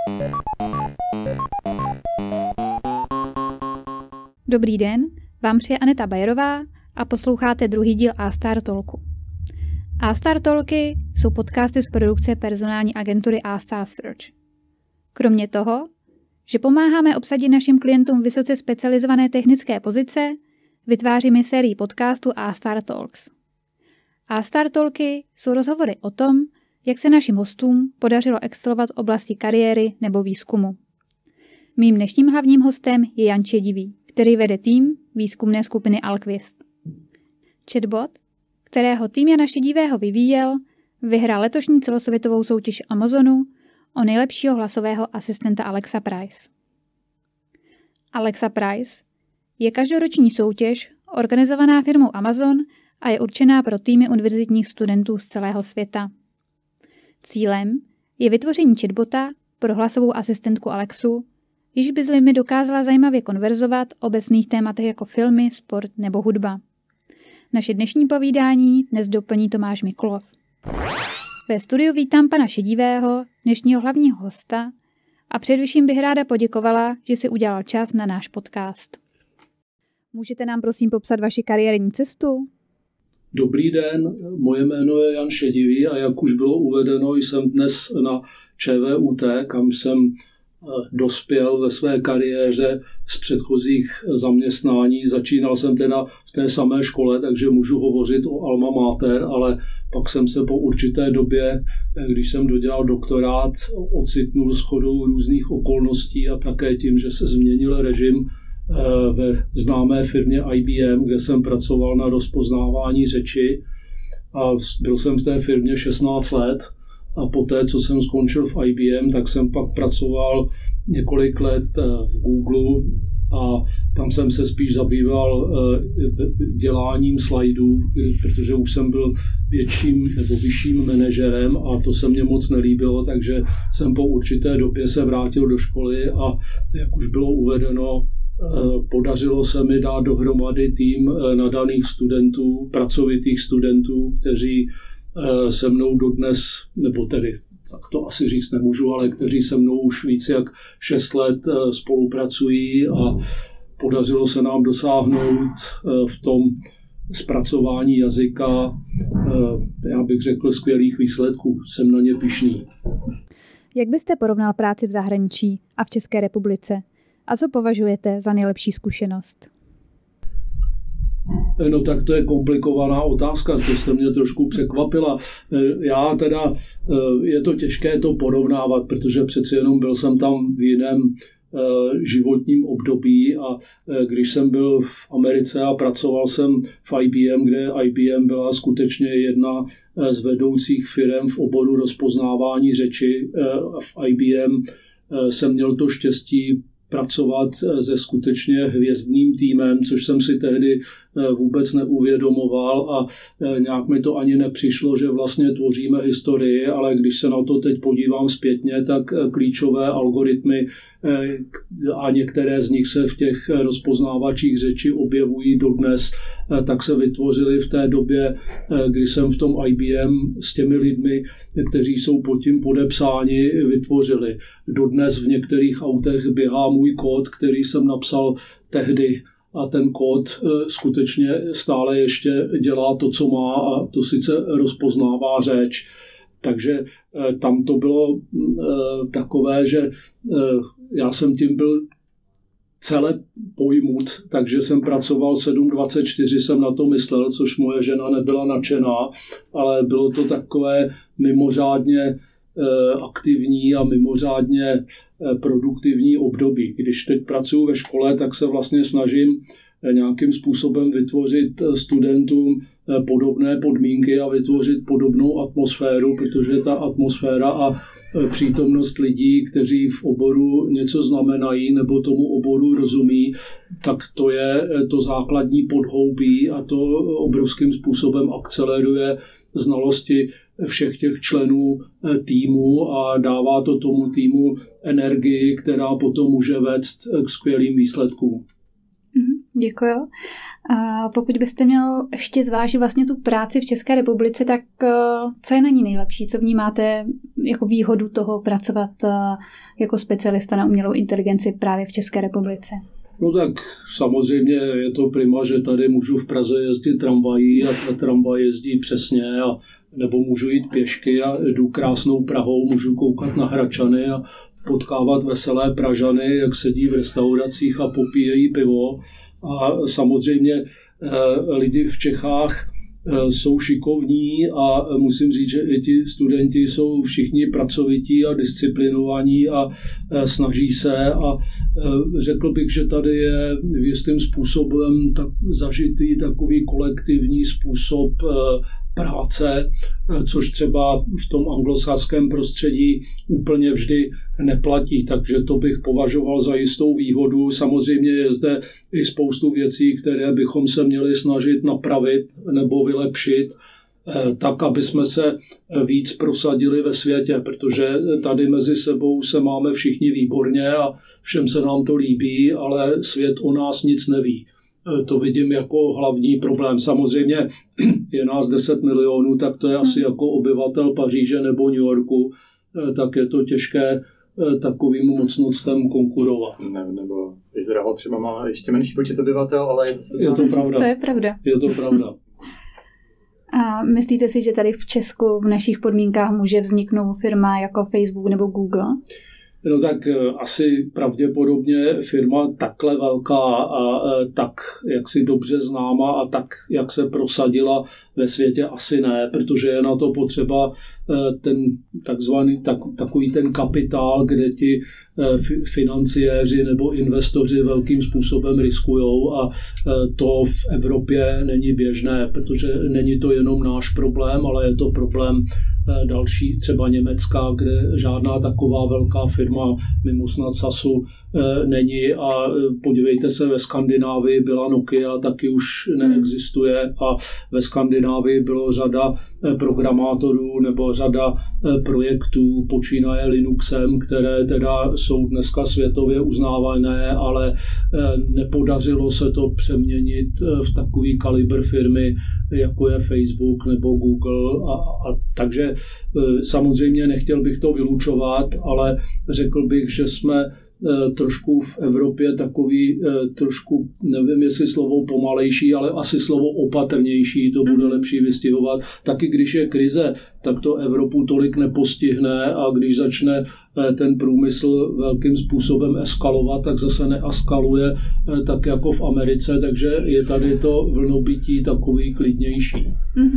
Dobrý den, vám přeje Aneta Bajerová a posloucháte druhý díl A-Star Talku. A-Star Talky jsou podcasty z produkce personální agentury A-Star Search. Kromě toho, že pomáháme obsadit našim klientům vysoce specializované technické pozice, vytváříme sérii podcastů A-Star Talks. A-Star Talky jsou rozhovory o tom, jak se našim hostům podařilo excelovat v oblasti kariéry nebo výzkumu. Mým dnešním hlavním hostem je Jan Šedivý, který vede tým výzkumné skupiny Alquist. Chatbot, kterého tým Jana Šedivého vyvíjel, vyhrál letošní celosvětovou soutěž Amazonu o nejlepšího hlasového asistenta Alexa Prize. Alexa Prize je každoroční soutěž organizovaná firmou Amazon a je určená pro týmy univerzitních studentů z celého světa. Cílem je vytvoření chatbota pro hlasovou asistentku Alexu, již by s lidmi dokázala zajímavě konverzovat o obecných tématech jako filmy, sport nebo hudba. Naše dnešní povídání dnes doplní Tomáš Mikulov. Ve studiu vítám pana Šedivého, dnešního hlavního hosta, a především bych ráda poděkovala, že si udělal čas na náš podcast. Můžete nám prosím popsat vaši kariérní cestu? Dobrý den, moje jméno je Jan Šedivý a jak už bylo uvedeno, jsem dnes na ČVUT, kam jsem dospěl ve své kariéře z předchozích zaměstnání. Začínal jsem teda v té samé škole, takže můžu hovořit o alma mater, ale pak jsem se po určité době, když jsem dodělal doktorát, ocitnul shodou různých okolností a také tím, že se změnil režim ve známé firmě IBM, kde jsem pracoval na rozpoznávání řeči a byl jsem v té firmě 16 let. A poté, co jsem skončil v IBM, tak jsem pak pracoval několik let v Google a tam jsem se spíš zabýval děláním slajdů, protože už jsem byl větším nebo vyšším manažerem a to se mně moc nelíbilo, takže jsem po určité době se vrátil do školy a jak už bylo uvedeno, podařilo se mi dát dohromady tým nadaných studentů, pracovitých studentů, kteří se mnou dodnes, nebo tedy tak to asi říct nemůžu, ale kteří se mnou už víc jak 6 let spolupracují a podařilo se nám dosáhnout v tom zpracování jazyka, já bych řekl, skvělých výsledků. Jsem na ně pyšný. Jak byste porovnal práci v zahraničí a v České republice? A co považujete za nejlepší zkušenost? No tak to je komplikovaná otázka, to jste mě trošku překvapila. Já teda, je to těžké to porovnávat, protože přeci jenom byl jsem tam v jiném životním období a když jsem byl v Americe a pracoval jsem v IBM, kde IBM byla skutečně jedna z vedoucích firem v oboru rozpoznávání řeči. V IBM jsem měl to štěstí pracovat se skutečně hvězdným týmem, což jsem si tehdy vůbec neuvědomoval a nějak mi to ani nepřišlo, že vlastně tvoříme historii, ale když se na to teď podívám zpětně, tak klíčové algoritmy a některé z nich se v těch rozpoznávačích řeči objevují dodnes, tak se vytvořily v té době, kdy jsem v tom IBM s těmi lidmi, kteří jsou pod tím podepsáni, vytvořili. Dodnes v některých autech běhá můj kód, který jsem napsal tehdy, a ten kód skutečně stále ještě dělá to, co má, a to sice rozpoznává řeč. Takže tam to bylo takové, že já jsem tím byl celé pojmut, takže jsem pracoval 7/24, jsem na to myslel, což moje žena nebyla nadšená, ale bylo to takové mimořádně aktivní a mimořádně produktivní období. Když teď pracuji ve škole, tak se vlastně snažím nějakým způsobem vytvořit studentům podobné podmínky a vytvořit podobnou atmosféru, protože ta atmosféra a přítomnost lidí, kteří v oboru něco znamenají nebo tomu oboru rozumí, tak to je to základní podhoubí a to obrovským způsobem akceleruje znalosti všech těch členů týmu a dává to tomu týmu energii, která potom může vést k skvělým výsledkům. Děkuju. A pokud byste měl ještě zvážit vlastně tu práci v České republice, tak co je na ní nejlepší? Co vnímáte jako výhodu toho pracovat jako specialista na umělou inteligenci právě v České republice? No tak samozřejmě je to prima, že tady můžu v Praze jezdit tramvají a tramvaj jezdí přesně, nebo můžu jít pěšky a jdu krásnou Prahou, můžu koukat na Hradčany a potkávat veselé Pražany, jak sedí v restauracích a popíjejí pivo. A samozřejmě lidi v Čechách jsou šikovní a musím říct, že i ti studenti jsou všichni pracovití a disciplinovaní a snaží se a řekl bych, že tady je jistým způsobem tak zažitý takový kolektivní způsob práce, což třeba v tom anglosaském prostředí úplně vždy neplatí, takže to bych považoval za jistou výhodu. Samozřejmě je zde i spoustu věcí, které bychom se měli snažit napravit nebo vylepšit, tak, aby jsme se víc prosadili ve světě, protože tady mezi sebou se máme všichni výborně a všem se nám to líbí, ale svět o nás nic neví. To vidím jako hlavní problém. Samozřejmě je nás 10 milionů, tak to je asi jako obyvatel Paříže nebo New Yorku, tak je to těžké takovým mocnostem konkurovat. Nebo Izrael třeba má ještě menší počet obyvatel, ale je to pravda. To je pravda. Je to pravda. A myslíte si, že tady v Česku v našich podmínkách může vzniknout firma jako Facebook nebo Google? No tak asi pravděpodobně firma takhle velká a tak, jak si dobře známa a tak, jak se prosadila ve světě, asi ne, protože je na to potřeba ten takový ten kapitál, kde ti financiéři nebo investoři velkým způsobem riskujou a to v Evropě není běžné, protože není to jenom náš problém, ale je to problém další, třeba Německa, kde žádná taková velká firma mimo snad SASu není a podívejte se, ve Skandinávii byla Nokia, taky už neexistuje a ve Skandinávii bylo řada programátorů nebo řada projektů, počínaje Linuxem, které teda jsou dneska světově uznávané, ale nepodařilo se to přeměnit v takový kalibr firmy, jako je Facebook nebo Google. Takže samozřejmě nechtěl bych to vylučovat, ale řekl bych, že jsme trošku v Evropě takový trošku, nevím jestli slovo pomalejší, ale asi slovo opatrnější, to bude lepší vystihovat. Taky když je krize, tak to Evropu tolik nepostihne a když začne ten průmysl velkým způsobem eskalovat, tak zase neeskaluje tak jako v Americe, takže je tady to vlnobytí takový klidnější.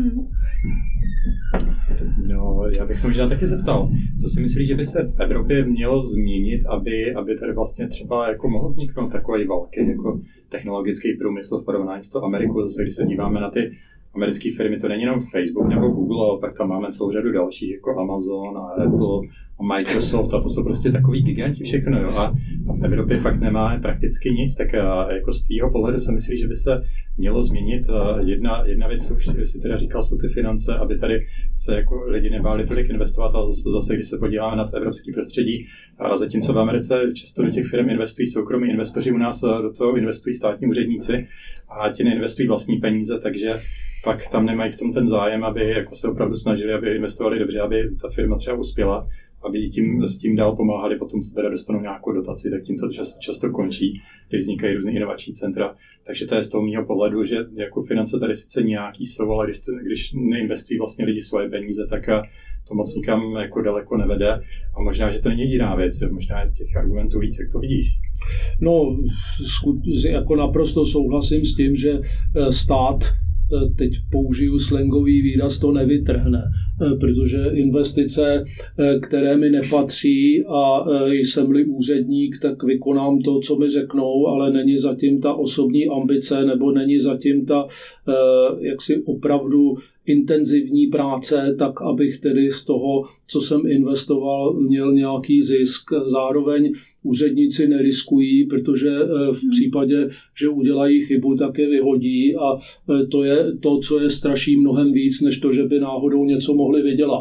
No, já bych se možná taky zeptal, co si myslíš, že by se v Evropě mělo změnit, aby tady vlastně třeba jako mohl vzniknout takový velký jako technologický průmysl v porovnání s tou Amerikou. Zase když se díváme na ty americké firmy, to není jenom Facebook nebo Google, ale pak tam máme celou řadu dalších, jako Amazon a Apple a Microsoft, a to jsou prostě takový giganti všechno, jo. A v Evropě fakt nemáme prakticky nic, tak jako z tvýho pohledu si myslíš, že by se mělo změnit. Jedna věc, už si teda říkal, jsou ty finance, aby tady se jako lidi nebáli tolik investovat, a zase když se podíváme na to evropské prostředí, zatímco v Americe často do těch firm investují soukromí investoři, u nás do toho investují státní úředníci a ti neinvestují vlastní peníze, takže pak tam nemají v tom ten zájem, aby jako se opravdu snažili, aby investovali dobře, aby ta firma třeba uspěla, aby s tím dál pomáhali, potom se teda dostanou nějakou dotaci, tak tím to často končí, když vznikají různé inovační centra. Takže to je z toho mýho pohledu, že jako finance tady sice nějaký jsou, ale když neinvestují vlastně lidi svoje peníze, tak to moc nikam jako daleko nevede. A možná, že to není jediná věc, možná je těch argumentů víc, jak to vidíš. No, jako naprosto souhlasím s tím, že stát, teď použiju slangový výraz, to nevytrhne, protože investice, které mi nepatří a jsem-li úředník, tak vykonám to, co mi řeknou, ale není zatím ta osobní ambice nebo není zatím ta jaksi opravdu intenzivní práce, tak abych tedy z toho, co jsem investoval, měl nějaký zisk. Zároveň úředníci neriskují, protože v případě, že udělají chybu, tak je vyhodí a to je to, co je straší mnohem víc, než to, že by náhodou něco mohli vydělat.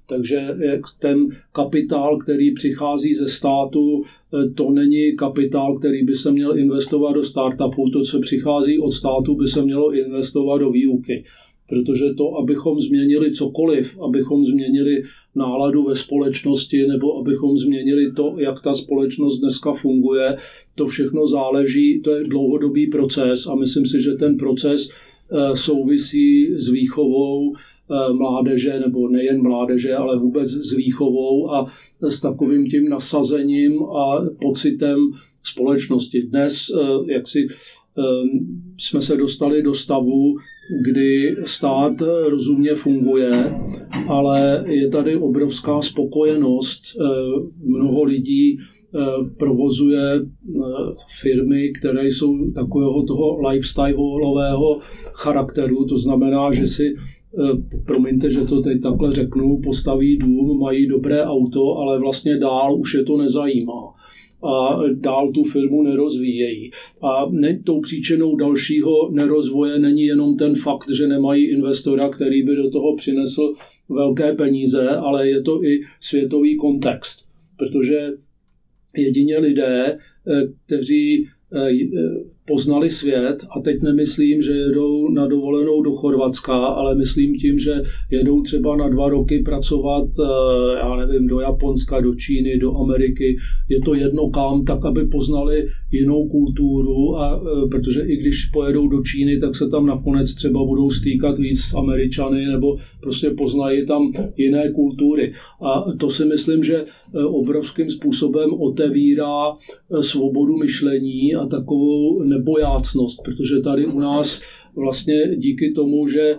Takže ten kapitál, který přichází ze státu, to není kapitál, který by se měl investovat do startupů. To, co přichází od státu, by se mělo investovat do výuky. Protože to, abychom změnili cokoliv, abychom změnili náladu ve společnosti nebo abychom změnili to, jak ta společnost dneska funguje, to všechno záleží, to je dlouhodobý proces a myslím si, že ten proces souvisí s výchovou mládeže, nebo nejen mládeže, ale vůbec s výchovou a s takovým tím nasazením a pocitem společnosti. Dnes, jak si jsme se dostali do stavu, kdy stát rozumně funguje, ale je tady obrovská spokojenost. Mnoho lidí provozuje firmy, které jsou takového toho lifestyleového charakteru. To znamená, že si, promiňte, že to teď takhle řeknu, postaví dům, mají dobré auto, ale vlastně dál už je to nezajímá. A dál tu firmu nerozvíjejí. A tou příčinou dalšího nerozvoje není jenom ten fakt, že nemají investora, který by do toho přinesl velké peníze, ale je to i světový kontext. Protože jedině lidé, kteří poznali svět, a teď nemyslím, že jedou na dovolenou do Chorvatska, ale myslím tím, že jedou třeba na 2 roky pracovat, já nevím, do Japonska, do Číny, do Ameriky, je to jedno kam, tak aby poznali jinou kulturu, a protože i když pojedou do Číny, tak se tam nakonec třeba budou stýkat víc s Američany, nebo prostě poznají tam jiné kultury. A to si myslím, že obrovským způsobem otevírá svobodu myšlení a takovou nebojácnost, protože tady u nás vlastně díky tomu, že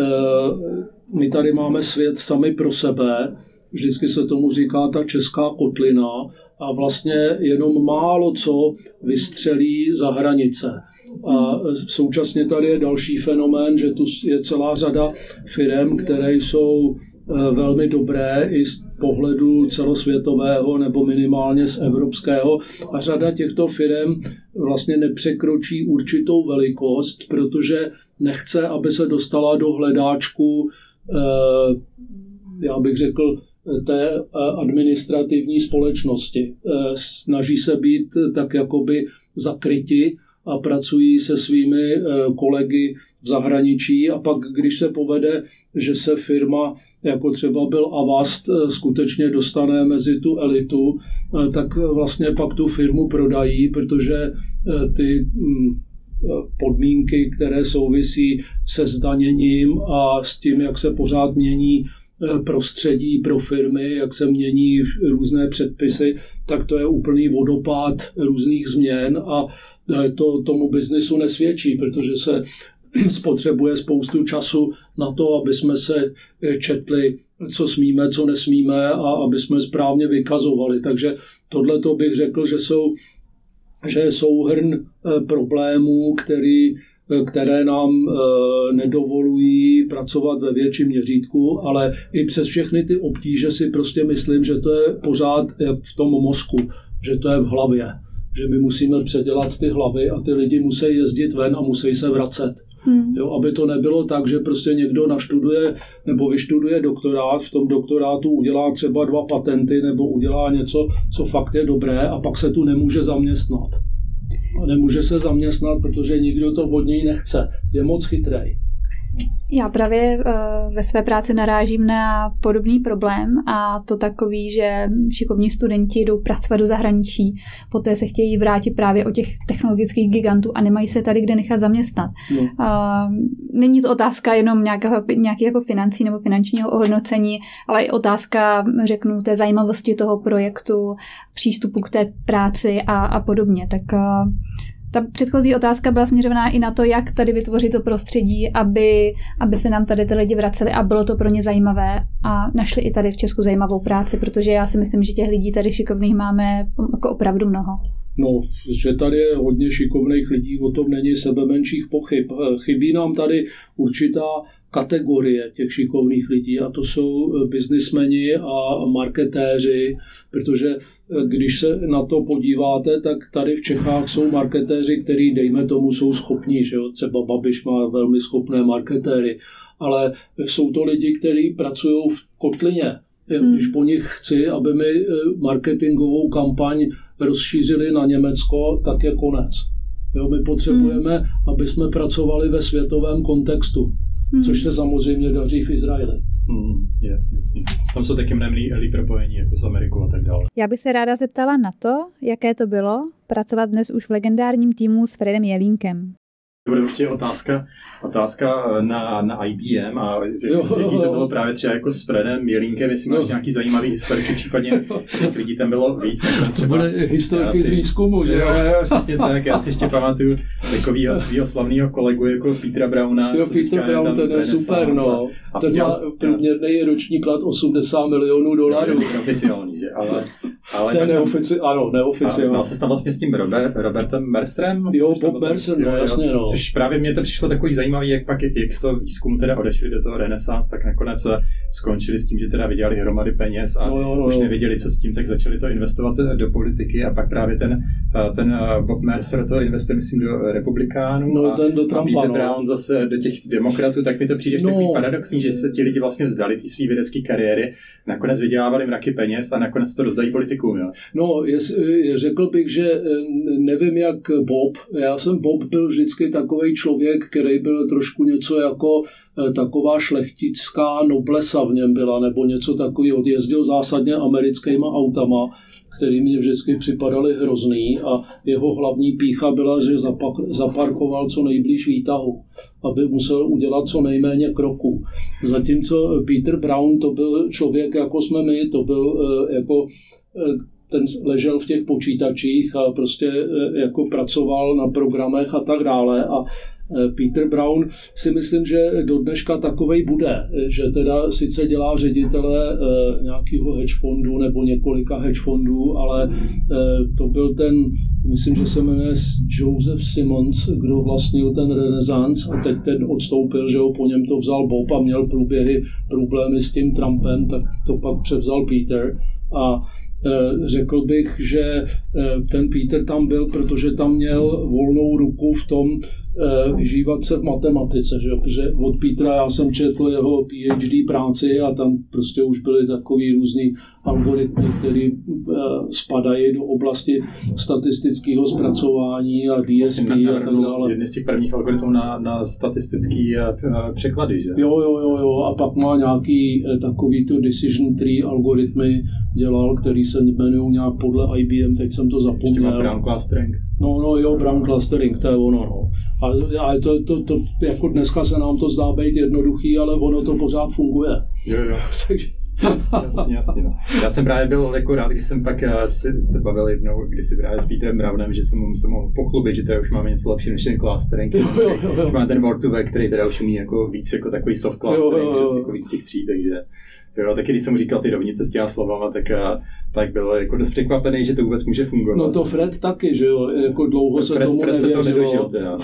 my tady máme svět sami pro sebe, vždycky se tomu říká ta česká kotlina a vlastně jenom málo co vystřelí za hranice. A současně tady je další fenomén, že tu je celá řada firem, které jsou velmi dobré i z pohledu celosvětového nebo minimálně z evropského a řada těchto firem vlastně nepřekročí určitou velikost, protože nechce, aby se dostala do hledáčku, já bych řekl, té administrativní společnosti. Snaží se být tak jakoby zakryti a pracují se svými kolegy v zahraničí a pak, když se povede, že se firma, jako třeba byl Avast, skutečně dostane mezi tu elitu, tak vlastně pak tu firmu prodají, protože ty podmínky, které souvisí se zdaněním a s tím, jak se pořád mění prostředí pro firmy, jak se mění různé předpisy, tak to je úplný vodopád různých změn a to tomu biznisu nesvědčí, protože se spotřebuje spoustu času na to, aby jsme se četli, co smíme, co nesmíme a aby jsme správně vykazovali. Takže tohleto bych řekl, že je souhrn problémů, které nám nedovolují pracovat ve větším měřítku, ale i přes všechny ty obtíže si prostě myslím, že to je pořád v tom mozku, že to je v hlavě, že my musíme předělat ty hlavy a ty lidi musí jezdit ven a musí se vracet. Jo, aby to nebylo tak, že prostě někdo naštuduje nebo vyštuduje doktorát, v tom doktorátu udělá třeba 2 patenty nebo udělá něco, co fakt je dobré a pak se tu nemůže zaměstnat. A nemůže se zaměstnat, protože nikdo to od něj nechce. Je moc chytrej. Já právě ve své práci narážím na podobný problém a to takový, že šikovní studenti jdou pracovat do zahraničí, poté se chtějí vrátit právě o těch technologických gigantů a nemají se tady kde nechat zaměstnat. No. Není to otázka jenom nějakých jako financí nebo finančního ohodnocení, ale i otázka, řeknu, té zajímavosti toho projektu, přístupu k té práci a podobně. Tak ta předchozí otázka byla směřovaná i na to, jak tady vytvořit to prostředí, aby se nám tady ty lidi vraceli a bylo to pro ně zajímavé a našli i tady v Česku zajímavou práci, protože já si myslím, že těch lidí tady šikovných máme jako opravdu mnoho. No, že tady je hodně šikovných lidí, o tom není sebe menších pochyb. Chybí nám tady určitá kategorie těch šikovných lidí a to jsou biznismeni a marketéři, protože když se na to podíváte, tak tady v Čechách jsou marketéři, který dejme tomu jsou schopní, že jo? Třeba Babiš má velmi schopné marketéry, ale jsou to lidi, kteří pracují v kotlině. Když po nich chci, aby mi marketingovou kampaň rozšířili na Německo, tak je konec. Jo, my potřebujeme, aby jsme pracovali ve světovém kontextu, což se samozřejmě daří v Izraeli. Jasně. Tam jsou taky mnohem líp propojení jako s Amerikou a tak dále. Já bych se ráda zeptala na to, jaké to bylo pracovat dnes už v legendárním týmu s Fredem Jelínkem. To bude určitě otázka na IBM a jaký to bylo právě třeba jako s Fredem Jelínkem, jestli máš nějaký zajímavý historiky, případně lidí tam bylo víc. To bude historiky z výzkumu, že jo? Přesně tak, já si ještě pamatuju takovýho slavného kolegu jako Petera Browna. Jo, Peter Brown, ten je super, no. Ten má průměrný roční plat $80 milionů. Oficiální, že? Ale to je neoficiální. Znal se tam vlastně s tím Robertem Mercerem? Jo, Bob Mercer, no jasně, no. Což právě mě to přišlo takový zajímavý, jak z toho výzkumu teda odešli do toho Renaissance, tak nakonec skončili s tím, že teda vydělali hromady peněz a už nevěděli, co s tím, tak začali to investovat do politiky a pak právě ten Bob Mercer to investuje, myslím, do republikánů a Peter Brown zase do těch demokratů, tak mi to přijde takový paradoxní, že se ti lidi vlastně vzdali ty svý vědecké kariéry, nakonec vydělávali mraky peněz a nakonec to rozdají politikům. Jo? No, řekl bych, že nevím jak Bob. Bob byl vždycky takovej člověk, který byl trošku něco jako taková šlechtická noblesa v něm byla, nebo něco takového. Jezdil zásadně americkýma autama, který mě vždycky připadaly hrozný a jeho hlavní pýcha byla, že zaparkoval co nejblíž výtahu, aby musel udělat co nejméně kroků. Zatímco Peter Brown to byl člověk, jako jsme my, to byl jako ten ležel v těch počítačích a prostě jako pracoval na programech a tak dále a Peter Brown si myslím, že do dneška takovej bude, že teda sice dělá ředitele nějakého hedge fondu nebo několika hedge fondů, ale to byl ten, myslím, že se jmenuje Joseph Simmons, kdo vlastnil ten Renaissance a teď ten odstoupil, že ho po něm to vzal Bob a měl problémy s tím Trumpem, tak to pak převzal Peter a řekl bych, že ten Peter tam byl, protože tam měl volnou ruku v tom vyžívat se v matematice, že? Protože od Petra já jsem četl jeho PhD práci a tam prostě už byly takový různý algoritmy, které spadají do oblasti statistického zpracování a DSP a tak dále. Jedný z těch prvních algoritmů na statistický překlady, že? Jo, a pak má nějaký takovýto decision tree algoritmy dělal, který se jmenují nějak podle IBM, teď jsem to zapomněl. Brown clustering. Brown clustering, to je ono, no. A to jako dneska se nám to zdá být jednoduchý, ale ono to pořád funguje. Jo. Takže... Jasně. No. Já jsem právě byl jako rád, když jsem pak se bavil jednou, když si právě s Peterem Brownem, že jsem se mohl pochlubit, že teda už máme něco lepšího než ten clustering. Už máme ten Word2Vec, který teda už umí jako víc jako takový soft clustering, přes jako víc těch tří, takže jo, taky když jsem mu říkal ty rovnice s těma slovama, tak byl jako dost překvapený, že to vůbec může fungovat. No to Fred taky, že jo, jako dlouho se tomu nevěřilo. Fred se to nedožil teda.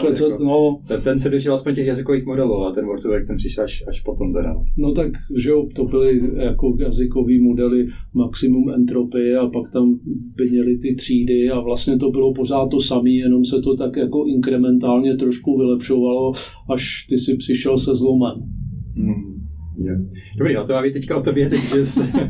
Ten se dožil aspoň těch jazykových modelů, a ten Word2Vec ten přišel až potom teda. No tak, že jo, to byly jako jazykový modely maximum entropie a pak tam měly ty třídy a vlastně to bylo pořád to samé, jenom se to tak jako inkrementálně trošku vylepšovalo, až ty si přišel se zlomem. Yeah. Dobrý, ale to má být teďka o tobě, takže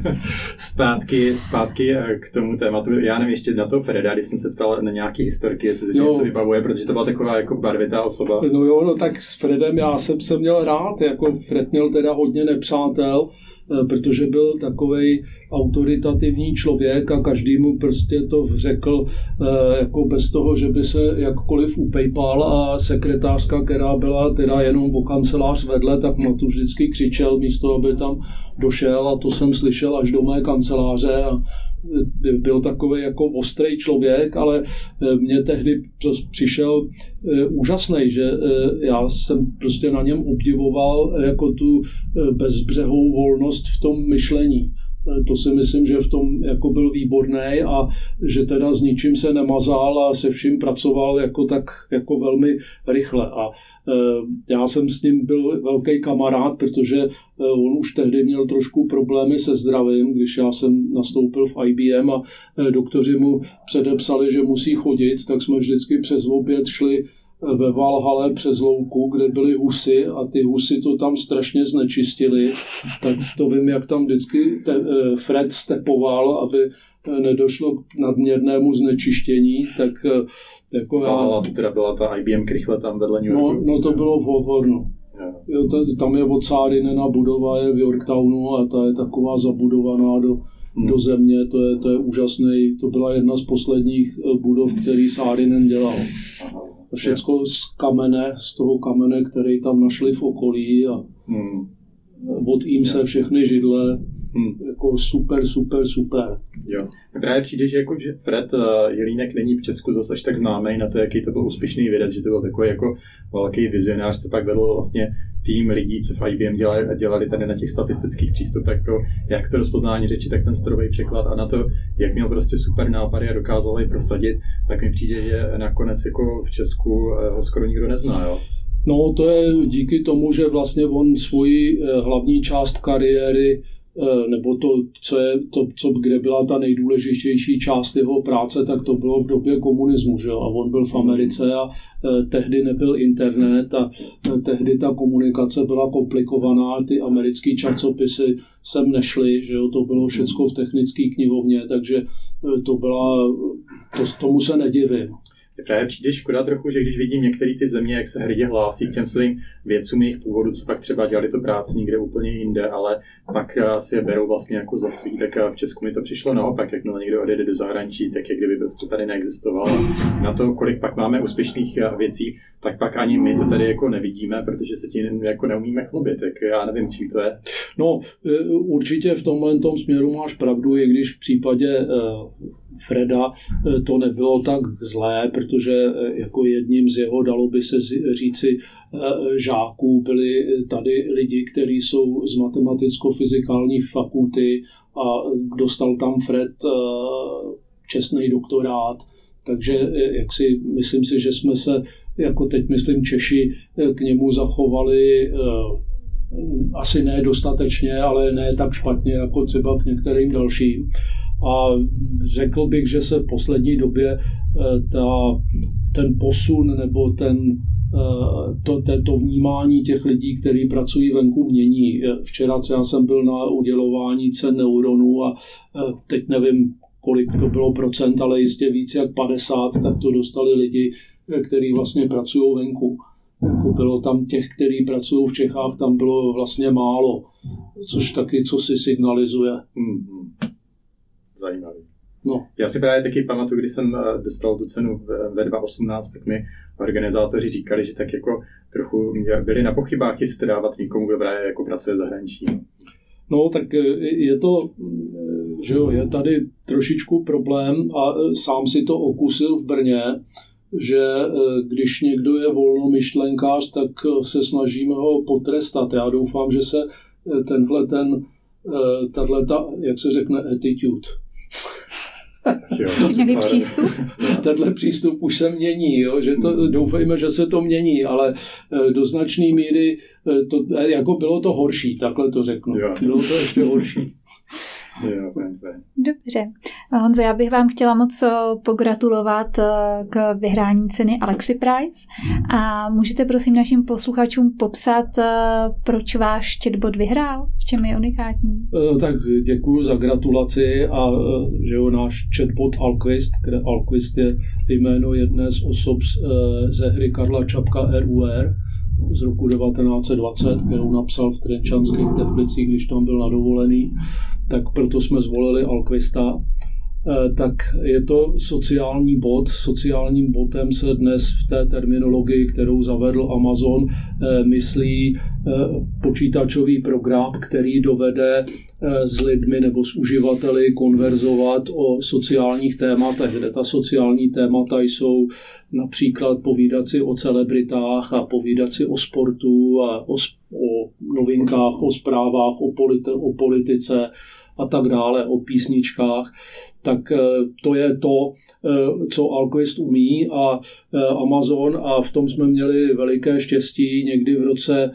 zpátky k tomu tématu. Já nevím, ještě na to Freda, když jsem se ptal na nějaké historky, jestli se něco vybavuje, protože to byla taková jako barvitá osoba. No tak s Fredem já jsem se měl rád, jako Fred měl teda hodně nepřátel, protože byl takovej autoritativní člověk a každý mu prostě to řekl jako bez toho, že by se jakkoliv upejpal a sekretářka, která byla teda jenom o kancelář vedle, tak na to vždycky křičel místo, aby tam došel a to jsem slyšel až do mé kanceláře a byl takový jako ostrý člověk, ale mě tehdy přišel úžasný, že já jsem prostě na něm obdivoval jako tu bezbřehou volnost v tom myšlení. To si myslím, že v tom jako byl výborný a že teda s ničím se nemazal a se vším pracoval jako tak jako velmi rychle. A já jsem s ním byl velký kamarád, protože on už tehdy měl trošku problémy se zdravím, když já jsem nastoupil v IBM a doktoři mu předepsali, že musí chodit, tak jsme vždycky přes oběd šli ve Valhalle přes louku, kde byly husy a ty husy to tam strašně znečistili, tak to vím, jak tam vždycky Fred stepoval, aby nedošlo k nadměrnému znečištění, tak jako já... Teda byla ta IBM krychle tam vedle New Yorku. No to bylo v Hawthornu. Jo, tam je od Saarinena budova, je v Yorktownu a ta je taková zabudovaná do země, to je úžasný, to byla jedna z posledních budov, který Saarinen dělal. Všecko z toho kamene, který tam našli v okolí a od jím se všechny židle, jako super. Jo. Právě přijde, že Fred Jelínek není v Česku zase až tak známý na to, jaký to byl úspěšný vědec, že to byl takový jako velký vizionář, co pak vedl vlastně tým lidí, co v IBM dělali tady na těch statistických přístupech pro jak to rozpoznání řeči, tak ten strojový překlad a na to, jak měl prostě super nápady a dokázal je prosadit, tak mi přijde, že nakonec jako v Česku ho skoro nikdo nezná, jo. No to je díky tomu, že vlastně on svoji hlavní část kariéry nebo kde byla ta nejdůležitější část jeho práce, tak to bylo v době komunismu, že jo? A on byl v Americe a tehdy nebyl internet a tehdy ta komunikace byla komplikovaná, ty americké časopisy sem nešly, že jo? To bylo všecko v technické knihovně, takže tomu se nedivím. Právě přijde škoda trochu, že když vidím některé ty země, jak se hrdě hlásí k těm svým vědcům jejich původu, co pak třeba dělali to práci někde úplně jinde, ale pak si je berou vlastně jako za svý, tak v Česku mi to přišlo naopak, jak někdo odjede do zahraničí, tak jak kdyby prostě tady neexistoval. Na to, kolik pak máme úspěšných věcí, tak pak ani my to tady jako nevidíme, protože se tím jako neumíme chlubit, tak já nevím, čím to je. No, určitě v tomhle směru máš pravdu, i když v případě Freda to nebylo tak zlé, protože jako jedním z jeho, dalo by se říci, žáků byli tady lidi, kteří jsou z matematicko-fyzikální fakulty a dostal tam Fred čestný doktorát. Takže myslím si, že jsme se, jako teď myslím Češi, k němu zachovali asi ne dostatečně, ale ne tak špatně, jako třeba k některým dalším. A řekl bych, že se v poslední době ten posun nebo to vnímání těch lidí, kteří pracují venku, mění. Včera třeba jsem byl na udělování cen neuronů a teď nevím, kolik to bylo procent, ale jistě víc jak 50, tak to dostali lidi, kteří vlastně pracují venku. Jako bylo tam těch, kteří pracují v Čechách, tam bylo vlastně málo, což taky co si signalizuje. Zajímavý. No. Já si právě taky pamatuju, když jsem dostal tu cenu ve 2018, tak mi organizátoři říkali, že tak jako trochu byli na pochybách, jestli to dávat někomu, kdo právě jako pracuje v zahraničí. No, tak je to, že jo, je tady trošičku problém a sám si to okusil v Brně, že když někdo je volnomyšlenkář, tak se snažíme ho potrestat. Já doufám, že se jak se řekne, attitude. Nějaký přístup? Tenhle přístup už se mění, jo? Že doufejme, že se to mění, ale do značné míry jako bylo to horší, takhle to řeknu. Jo. Bylo to ještě horší. Dobře. Honzo, já bych vám chtěla moc pogratulovat k vyhrání ceny Alexi Prize a můžete prosím našim posluchačům popsat, proč váš chatbot vyhrál? V čem je unikátní? Tak děkuji za gratulaci a že jo, náš chatbot Alquist, kde Alquist je jméno jedné z osob ze hry Karla Čapka RUR z roku 1920, kterou napsal v Trenčanských Teplicích, když tam byl na dovolený, tak proto jsme zvolili Alquista. Tak je to sociální bot. Sociálním botem se dnes v té terminologii, kterou zavedl Amazon, myslí počítačový program, který dovede s lidmi nebo s uživateli konverzovat o sociálních tématech, kde ta sociální témata jsou například povídat si o celebritách a povídat si o sportu a o novinkách, o zprávách, o politice a tak dále, o písničkách, tak to je to, co Alquist umí a Amazon a v tom jsme měli veliké štěstí. Někdy v roce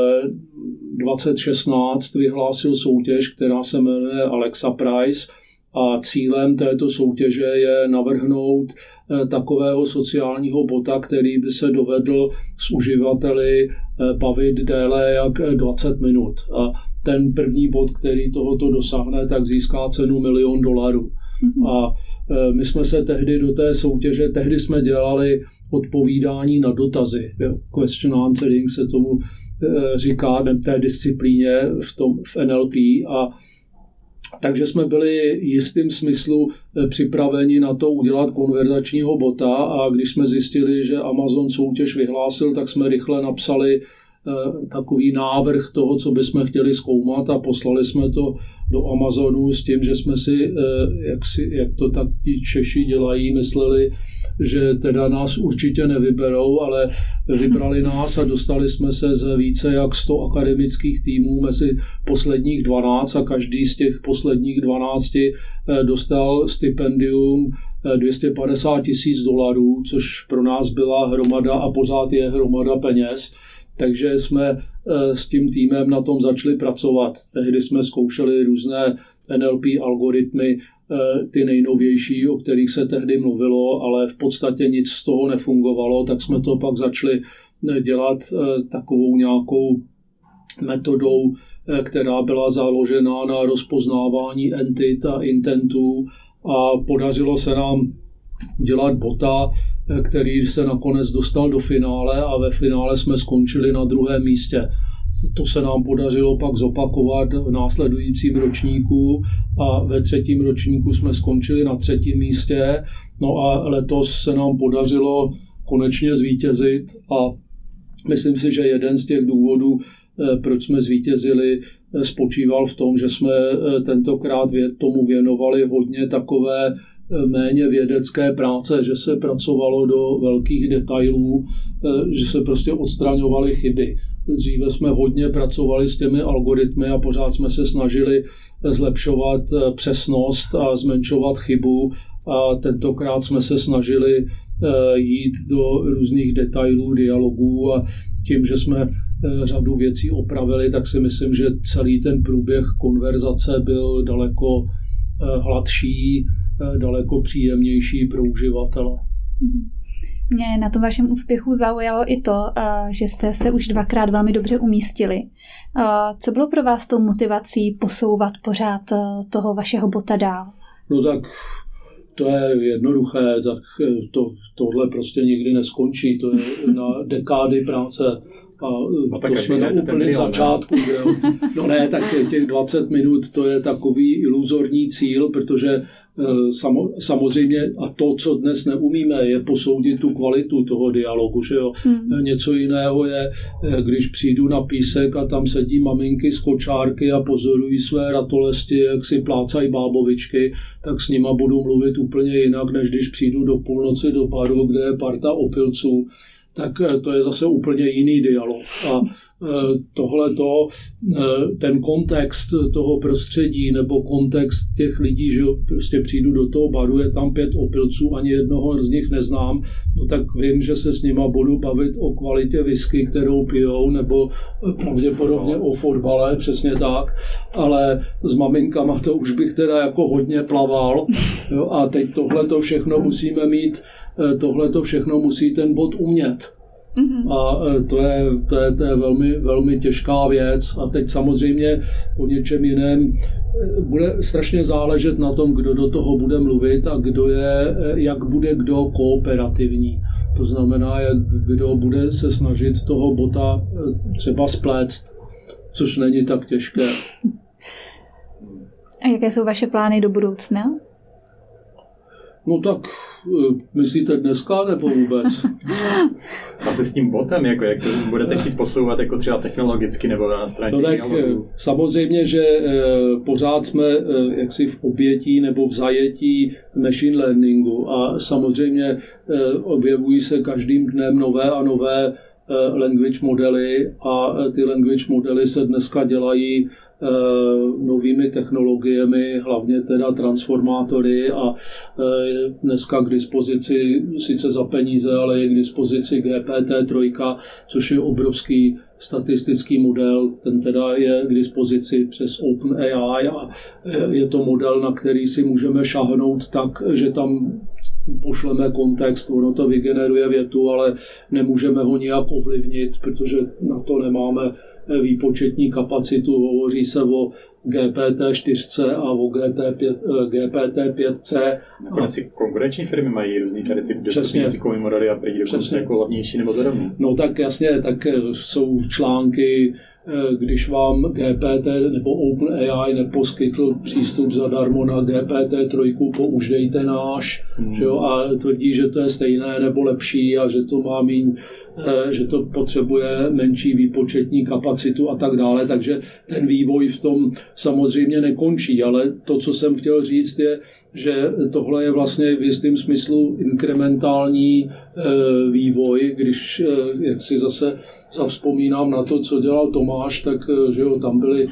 2016 vyhlásil soutěž, která se jmenuje Alexa Prize A cílem této soutěže je navrhnout takového sociálního bota, který by se dovedl s uživateli bavit déle jak 20 minut. A ten první bot, který tohoto dosáhne, tak získá cenu $1 milion. A my jsme se tehdy do té soutěže, tehdy jsme dělali odpovídání na dotazy. Question answering se tomu říká v té disciplíně v NLP. A takže jsme byli jistým smyslu připraveni na to udělat konverzačního bota a když jsme zjistili, že Amazon soutěž vyhlásil, tak jsme rychle napsali takový návrh toho, co bychom chtěli zkoumat a poslali jsme to do Amazonu s tím, že jsme si, jak to tak ti Češi dělají, mysleli, že teda nás určitě nevyberou, ale vybrali nás a dostali jsme se ze více jak 100 akademických týmů mezi posledních 12 a každý z těch posledních 12 dostal stipendium $250,000, což pro nás byla hromada a pořád je hromada peněz. Takže jsme s tím týmem na tom začali pracovat. Tehdy jsme zkoušeli různé NLP algoritmy, ty nejnovější, o kterých se tehdy mluvilo, ale v podstatě nic z toho nefungovalo, tak jsme to pak začali dělat takovou nějakou metodou, která byla založena na rozpoznávání entit a intentů a podařilo se nám udělat bota, který se nakonec dostal do finále a ve finále jsme skončili na 2. místě. To se nám podařilo pak zopakovat v následujícím ročníku a ve 3. ročníku jsme skončili na 3. místě. No a letos se nám podařilo konečně zvítězit a myslím si, že jeden z těch důvodů, proč jsme zvítězili, spočíval v tom, že jsme tentokrát tomu věnovali hodně takové méně vědecké práce, že se pracovalo do velkých detailů, že se prostě odstraňovaly chyby. Dříve jsme hodně pracovali s těmi algoritmy a pořád jsme se snažili zlepšovat přesnost a zmenšovat chybu a tentokrát jsme se snažili jít do různých detailů, dialogů a tím, že jsme řadu věcí opravili, tak si myslím, že celý ten průběh konverzace byl daleko hladší, daleko příjemnější pro uživatele. Mě na tom vašem úspěchu zaujalo i to, že jste se už 2krát velmi dobře umístili. Co bylo pro vás tou motivací posouvat pořád toho vašeho bota dál? No tak to je jednoduché, tak tohle prostě nikdy neskončí, to je na dekády práce. A to jsme na úplném začátku. No ne, tak těch 20 minut to je takový iluzorní cíl, protože samozřejmě a to, co dnes neumíme, je posoudit tu kvalitu toho dialogu. Že jo? Něco jiného je, když přijdu na písek a tam sedí maminky z kočárky a pozorují své ratolesti, jak si plácají bábovičky, tak s nima budu mluvit úplně jinak, než když přijdu do půlnoci do baru, kde je parta opilců. Tak to je zase úplně jiný dialog. A tohleto, ten kontext toho prostředí nebo kontext těch lidí, že prostě přijdu do toho baru, je tam 5 opilců, ani jednoho z nich neznám, no tak vím, že se s nima budu bavit o kvalitě whisky, kterou pijou, nebo pravděpodobně o fotbale, přesně tak, ale s maminkama to už bych teda jako hodně plaval. Jo, a teď tohleto všechno musíme mít, tohleto všechno musí ten bot umět. A to je velmi, velmi těžká věc. A teď samozřejmě o něčem jiném bude strašně záležet na tom, kdo do toho bude mluvit a jak bude kdo kooperativní. To znamená, kdo bude se snažit toho bota třeba spléct, což není tak těžké. A jaké jsou vaše plány do budoucna? No tak, myslíte dneska nebo vůbec? Asi s tím botem, jak to budete chtít posouvat jako třeba technologicky nebo na straně dialogu? Samozřejmě, že pořád jsme jaksi v obětí nebo v zajetí machine learningu a samozřejmě objevují se každým dnem nové a nové language modely a ty language modely se dneska dělají novými technologiemi, hlavně teda transformátory a dneska k dispozici, sice za peníze, ale je k dispozici GPT-3, což je obrovský statistický model, ten teda je k dispozici přes OpenAI a je to model, na který si můžeme šáhnout tak, že tam pošleme kontext, ono to vygeneruje větu, ale nemůžeme ho nijak ovlivnit, protože na to nemáme výpočetní kapacitu. Hovoří se o GPT-4 a o GPT-5C. Nakonec i konkurenční firmy mají různý tady typ jazykový modely a prý dokonce jako levnější nebo zadarmo. No tak jasně, tak jsou články, když vám GPT nebo OpenAI neposkytl přístup zadarmo na GPT-3, použijte náš, že jo, a tvrdí, že to je stejné nebo lepší a že to má míň, že to potřebuje menší výpočetní kapacitu a tak dále, takže ten vývoj v tom samozřejmě nekončí, ale to, co jsem chtěl říct, je, že tohle je vlastně v jistém smyslu inkrementální vývoj, když jak si zase zavzpomínám na to, co dělal Tomáš, tak že jo, tam byly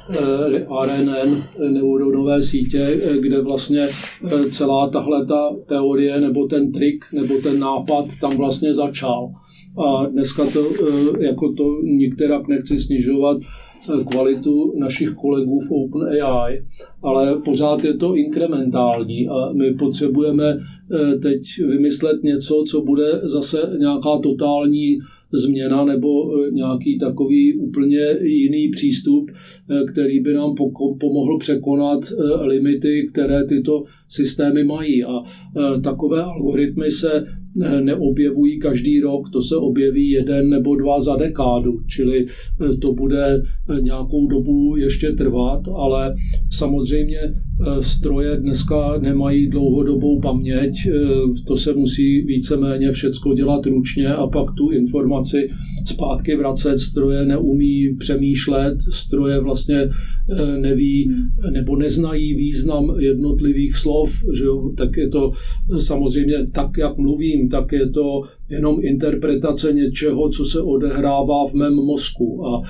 RNN, neuronové sítě, kde vlastně celá tahle ta teorie nebo ten trik nebo ten nápad tam vlastně začal. A dneska to, jako to nikterak nechci snižovat kvalitu našich kolegů v OpenAI, ale pořád je to inkrementální a my potřebujeme teď vymyslet něco, co bude zase nějaká totální změna nebo nějaký takový úplně jiný přístup, který by nám pomohl překonat limity, které tyto systémy mají. A takové algoritmy se neobjevují každý rok, to se objeví 1 nebo 2 za dekádu, čili to bude nějakou dobu ještě trvat, ale samozřejmě stroje dneska nemají dlouhodobou paměť, to se musí víceméně všecko dělat ručně a pak tu informaci zpátky vracet, stroje neumí přemýšlet, stroje vlastně neví nebo neznají význam jednotlivých slov, že jo? Tak je to samozřejmě tak, jak mluvím, tak je to jenom interpretace něčeho, co se odehrává v mém mozku a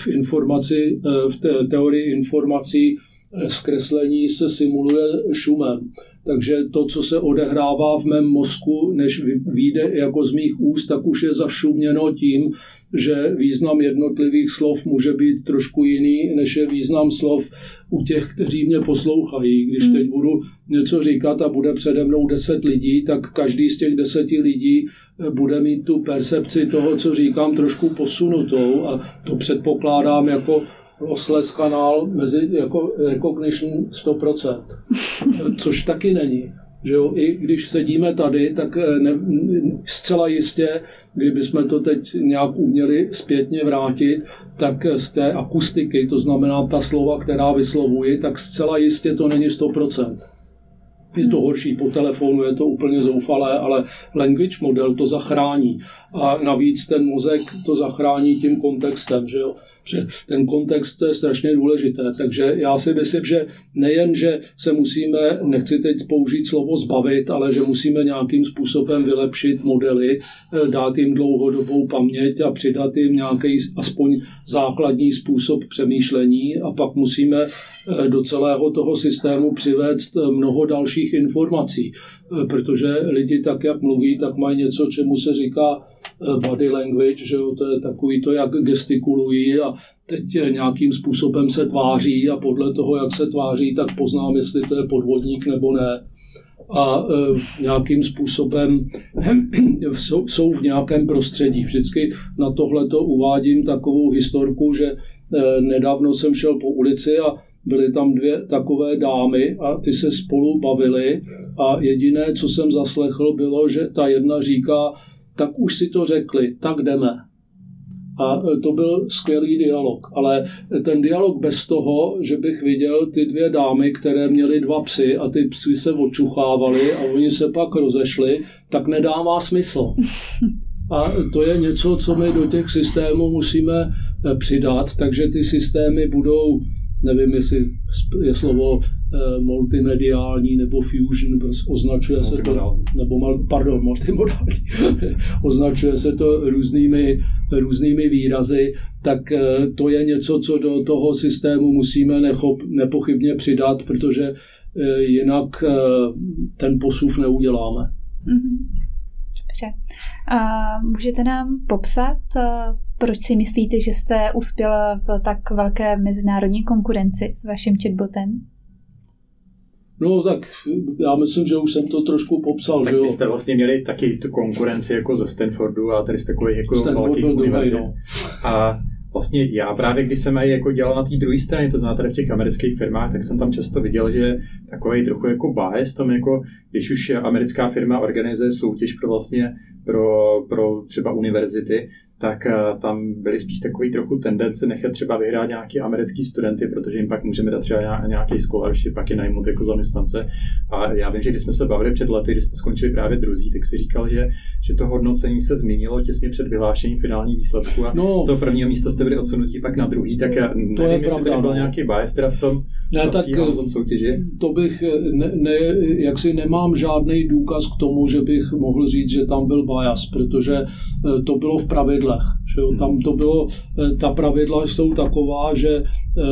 v teorii informací zkreslení se simuluje šumem. Takže to, co se odehrává v mém mozku, než vyjde jako z mých úst, tak už je zašuměno tím, že význam jednotlivých slov může být trošku jiný, než je význam slov u těch, kteří mě poslouchají. Když teď budu něco říkat a bude přede mnou 10 lidí, tak každý z těch 10 lidí bude mít tu percepci toho, co říkám, trošku posunutou a to předpokládám jako lossless kanál mezi jako recognition 100%, což taky není. Že jo? I když sedíme tady, tak zcela jistě, kdybychom to teď nějak uměli zpětně vrátit, tak z té akustiky, to znamená ta slova, která vyslovuji, tak zcela jistě to není 100%. Je to horší po telefonu, je to úplně zoufalé, ale language model to zachrání. A navíc ten mozek to zachrání tím kontextem, že jo? Že ten kontext to je strašně důležité. Takže já si myslím, že nejen, že se musíme, nechci teď použít slovo zbavit, ale že musíme nějakým způsobem vylepšit modely, dát jim dlouhodobou paměť a přidat jim nějaký aspoň základní způsob přemýšlení a pak musíme do celého toho systému přivést mnoho dalších informací, protože lidi tak, jak mluví, tak mají něco, čemu se říká body language, že jo, to je takový to, jak gestikulují a teď nějakým způsobem se tváří a podle toho, jak se tváří, tak poznám, jestli to je podvodník nebo ne. A nějakým způsobem jsou v nějakém prostředí. Vždycky na tohleto uvádím takovou historku, že nedávno jsem šel po ulici a byly tam 2 takové dámy a ty se spolu bavily a jediné, co jsem zaslechl, bylo, že ta jedna říká, tak už si to řekli, tak jdeme. A to byl skvělý dialog. Ale ten dialog bez toho, že bych viděl ty 2 dámy, které měly 2 psy a ty psy se odčuchávali a oni se pak rozešli, tak nedává smysl. A to je něco, co my do těch systémů musíme přidat, takže ty systémy budou nevím, jestli je slovo multimediální nebo fusion, označuje se to, multimodální, označuje se to různými výrazy, tak to je něco, co do toho systému musíme nepochybně přidat, protože jinak ten posun neuděláme. Dobře. Můžete nám popsat, proč si myslíte, že jste uspěla v tak velké mezinárodní konkurenci s vaším chatbotem? No tak já myslím, že už jsem to trošku popsal. Tak že jo? Vy jste vlastně měli taky tu konkurenci jako ze Stanfordu a tady z takových jako velkých univerzit. A vlastně já právě, když jsem jako dělal na té druhé straně, to znamená tady v těch amerických firmách, tak jsem tam často viděl, že takový trochu jako bias tam jako, když už americká firma organizuje soutěž pro třeba univerzity, tak tam byly spíš takový trochu tendence nechat třeba vyhrát nějaký americký studenty, protože jim pak můžeme dát třeba nějaký scholarship, pak je najmout jako zaměstnance. A já vím, že když jsme se bavili před lety, když jste skončili právě druzí, tak si říkal, že to hodnocení se změnilo těsně před vyhlášením finální výsledku a z toho prvního místa jste byli odsunutí pak na druhý, tak já nevím, jestli tady byl nějaký bias teda v tom soutěži. To bych, jaksi nemám žádný důkaz k tomu, že bych mohl říct, že tam byl bias, protože to bylo v pravidlech. Že tam to bylo, ta pravidla jsou taková, že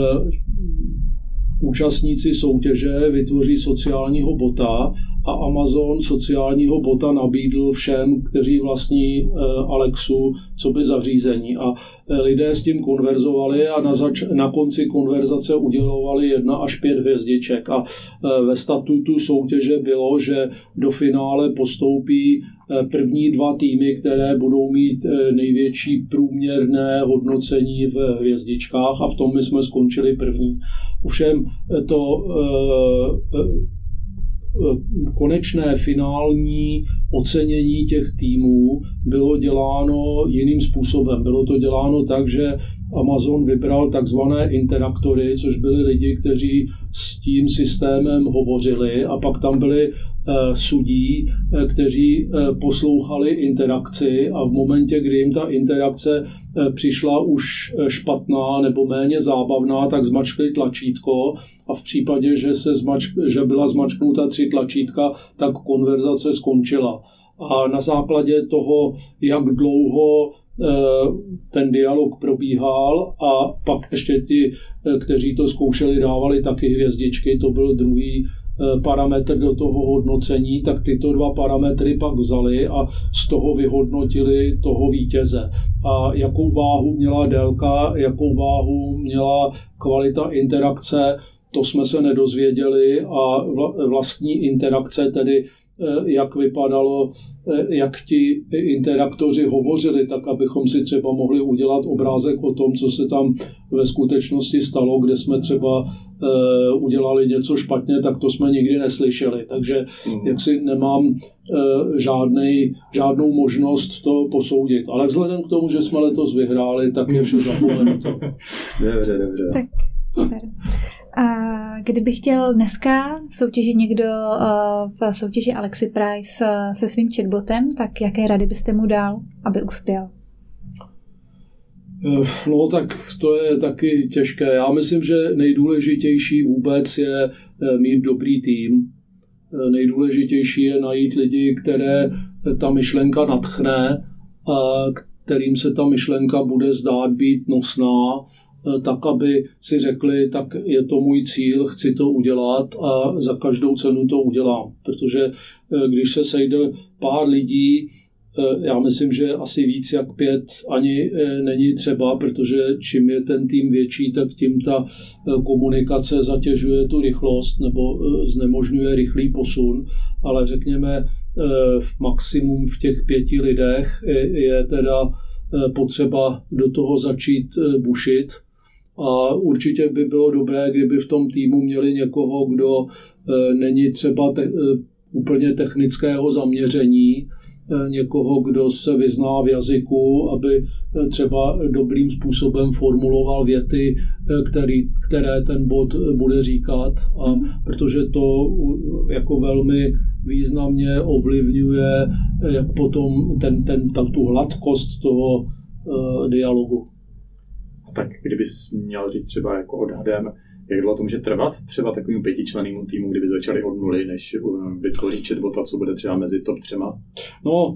účastníci soutěže vytvoří sociálního bota a Amazon sociálního bota nabídl všem, kteří vlastní Alexu, co by zařízení. A lidé s tím konverzovali a na konci konverzace udělovali 1 až 5 hvězdiček. A ve statutu soutěže bylo, že do finále postoupí první 2 týmy, které budou mít největší průměrné hodnocení v hvězdičkách a v tom my jsme skončili první. Ovšem to konečné finální ocenění těch týmů bylo děláno jiným způsobem. Bylo to děláno tak, že Amazon vybral takzvané interaktory, což byli lidi, kteří s tím systémem hovořili a pak tam byli sudí, kteří poslouchali interakci a v momentě, kdy jim ta interakce přišla už špatná nebo méně zábavná, tak zmačkli tlačítko a v případě, že byla zmačknuta 3 tlačítka, tak konverzace skončila. A na základě toho, jak dlouho ten dialog probíhal a pak ještě ti, kteří to zkoušeli, dávali taky hvězdičky, to byl druhý parametr do toho hodnocení, tak tyto 2 parametry pak vzali a z toho vyhodnotili toho vítěze. A jakou váhu měla délka, jakou váhu měla kvalita interakce, to jsme se nedozvěděli a vlastní interakce, tedy jak vypadalo, jak ti interaktoři hovořili, tak abychom si třeba mohli udělat obrázek o tom, co se tam ve skutečnosti stalo, kde jsme třeba udělali něco špatně, tak to jsme nikdy neslyšeli. Takže jaksi nemám žádnou možnost to posoudit. Ale vzhledem k tomu, že jsme letos vyhráli, tak je vše zapomenuto. Dobře. Tak, super. A kdyby chtěl dneska soutěžit někdo v soutěži Alexi Prize se svým chatbotem, tak jaké rady byste mu dal, aby uspěl? No tak to je taky těžké. Já myslím, že nejdůležitější vůbec je mít dobrý tým. Nejdůležitější je najít lidi, které ta myšlenka nadchne, kterým se ta myšlenka bude zdát být nosná, tak, aby si řekli, tak je to můj cíl, chci to udělat a za každou cenu to udělám. Protože když se sejde pár lidí, já myslím, že asi víc jak 5 ani není třeba, protože čím je ten tým větší, tak tím ta komunikace zatěžuje tu rychlost nebo znemožňuje rychlý posun, ale řekněme maximum v těch 5 lidech je teda potřeba do toho začít bušit. A určitě by bylo dobré, kdyby v tom týmu měli někoho, kdo není třeba úplně technického zaměření, někoho, kdo se vyzná v jazyku, aby třeba dobrým způsobem formuloval věty, které ten bot bude říkat, a protože to jako velmi významně ovlivňuje jak potom tu hladkost toho dialogu. Tak kdybys měl říct třeba jako odhadem, Jak dlouho to může trvat třeba takovým 5člennému týmu, kdyby začali od nuly, než vytvoří chatbota, co bude třeba mezi top 3? No,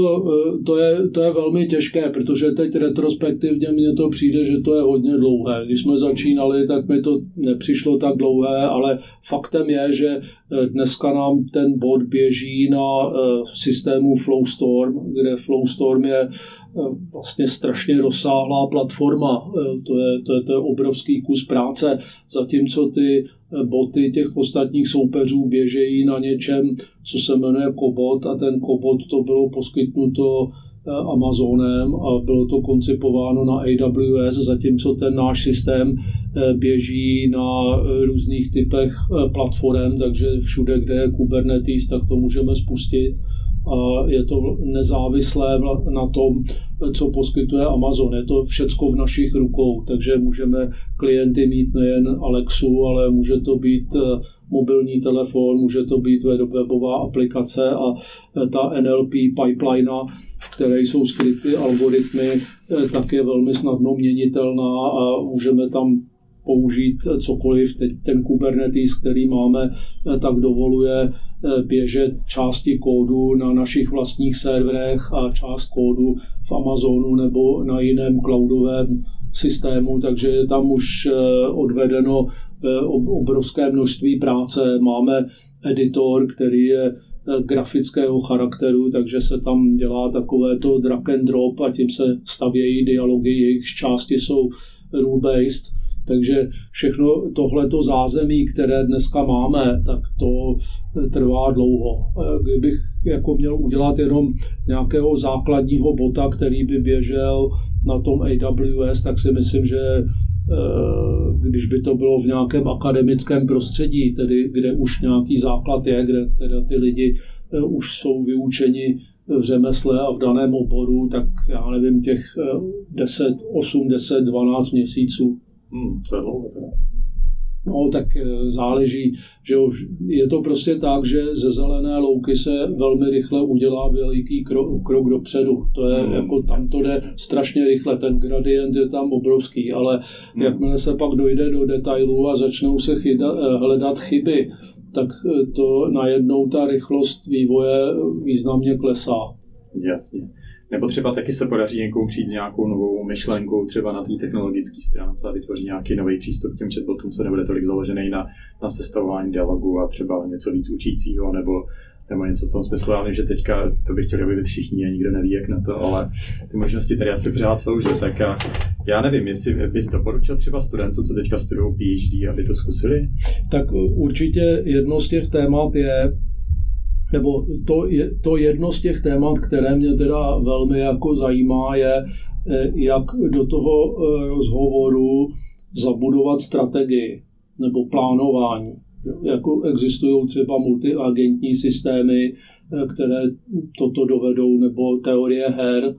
to je velmi těžké, protože teď retrospektivně mně to přijde, že to je hodně dlouhé. Když jsme začínali, tak mi to nepřišlo tak dlouhé, ale faktem je, že dneska nám ten bot běží na systému Flowstorm, kde Flowstorm je vlastně strašně rozsáhlá platforma. To je obrovský kus práce, zatímco ty boty těch ostatních soupeřů běžejí na něčem, co se jmenuje Cobot, a ten Cobot to bylo poskytnuto Amazonem a bylo to koncipováno na AWS, zatímco ten náš systém běží na různých typech platform, takže všude, kde je Kubernetes, tak to můžeme spustit. A je to nezávislé na tom, co poskytuje Amazon. Je to všecko v našich rukou, takže můžeme klienty mít nejen Alexu, ale může to být mobilní telefon, může to být webová aplikace a ta NLP pipeline, v které jsou skryty algoritmy, tak je velmi snadno měnitelná a můžeme tam použít cokoliv. Teď ten Kubernetes, který máme, tak dovoluje běžet části kódu na našich vlastních serverech a část kódu v Amazonu nebo na jiném cloudovém systému, takže je tam už odvedeno obrovské množství práce. Máme editor, který je grafického charakteru, takže se tam dělá takovéto drag and drop a tím se stavějí dialogy, jejich části jsou rule-based. Takže všechno tohleto zázemí, které dneska máme, tak to trvá dlouho. Kdybych jako měl udělat jenom nějakého základního bota, který by běžel na tom AWS, tak si myslím, že když by to bylo v nějakém akademickém prostředí, tedy kde už nějaký základ je, kde teda ty lidi už jsou vyučeni v řemesle a v daném oboru, tak já nevím, těch 8, 10, 12 měsíců. To je dlouho teda. No, tak záleží, že je to prostě tak, že ze zelené louky se velmi rychle udělá veliký krok dopředu. To je jako tam to jde strašně rychle, ten gradient je tam obrovský, ale jakmile se pak dojde do detailů a začnou se hledat chyby, tak to najednou ta rychlost vývoje významně klesá. Jasně. Nebo třeba taky se podaří někomu přijít s nějakou novou myšlenkou třeba na té technologické stránce a vytvoří nějaký nový přístup k těm chatbotům, co nebude tolik založený na sestavování dialogu a třeba něco víc učícího nebo něco v tom smyslu. Já vím, že teďka to by chtěli objevit všichni a nikdo neví, jak na to, ale ty možnosti tady asi pořád jsou, že? Tak já nevím, jestli bys doporučil třeba studentům, co teďka studují PhD, aby to zkusili? Tak určitě jedno z těch témat je, nebo to jedno z těch témat, které mě teda velmi jako zajímá, je, jak do toho rozhovoru zabudovat strategii nebo plánování. Jako existují třeba multiagentní systémy, které toto dovedou, nebo teorie her,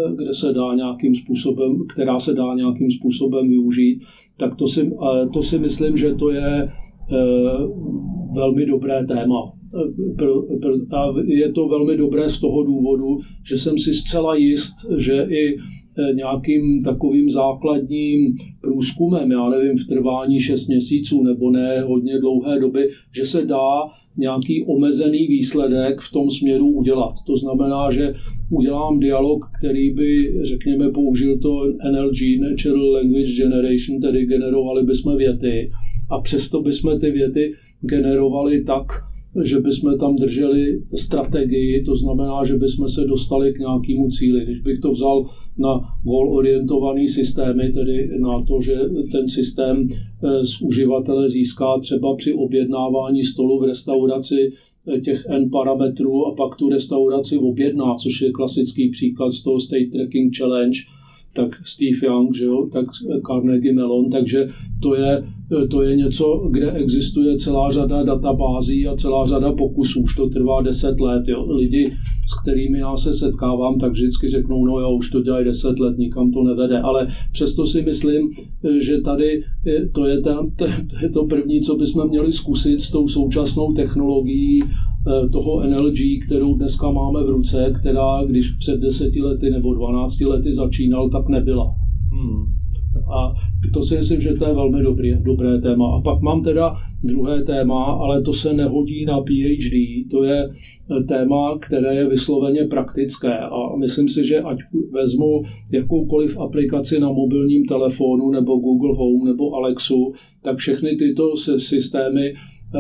která se dá nějakým způsobem využít, tak to si myslím, že to je velmi dobré téma. A je to velmi dobré z toho důvodu, že jsem si zcela jist, že i nějakým takovým základním průzkumem, já nevím, v trvání 6 měsíců nebo ne hodně dlouhé doby, že se dá nějaký omezený výsledek v tom směru udělat. To znamená, že udělám dialog, který by, řekněme, použil to NLG, Natural Language Generation, tedy generovali bychom věty a přesto bychom ty věty generovali tak, že bychom tam drželi strategii, to znamená, že bychom se dostali k nějakému cíli. Když bych to vzal na goal-orientovaný systémy, tedy na to, že ten systém z uživatele získá třeba při objednávání stolu v restauraci těch N parametrů a pak tu restauraci objedná, což je klasický příklad z toho State Tracking Challenge, tak Steve Young, že jo, tak Carnegie Mellon, takže to je něco, kde existuje celá řada databází a celá řada pokusů, už to trvá 10 let. Jo. Lidi, s kterými já se setkávám, tak vždycky řeknou, no jo, už to dělají 10 let, nikam to nevede, ale přesto si myslím, že tady to je to první, co bychom měli zkusit s tou současnou technologií toho NLG, kterou dneska máme v ruce, která, když před 10 lety nebo 12 lety začínal, tak nebyla. A to si myslím, že to je velmi dobré téma. A pak mám teda druhé téma, ale to se nehodí na PhD. To je téma, které je vysloveně praktické. A myslím si, že ať vezmu jakoukoliv aplikaci na mobilním telefonu, nebo Google Home, nebo Alexu, tak všechny tyto systémy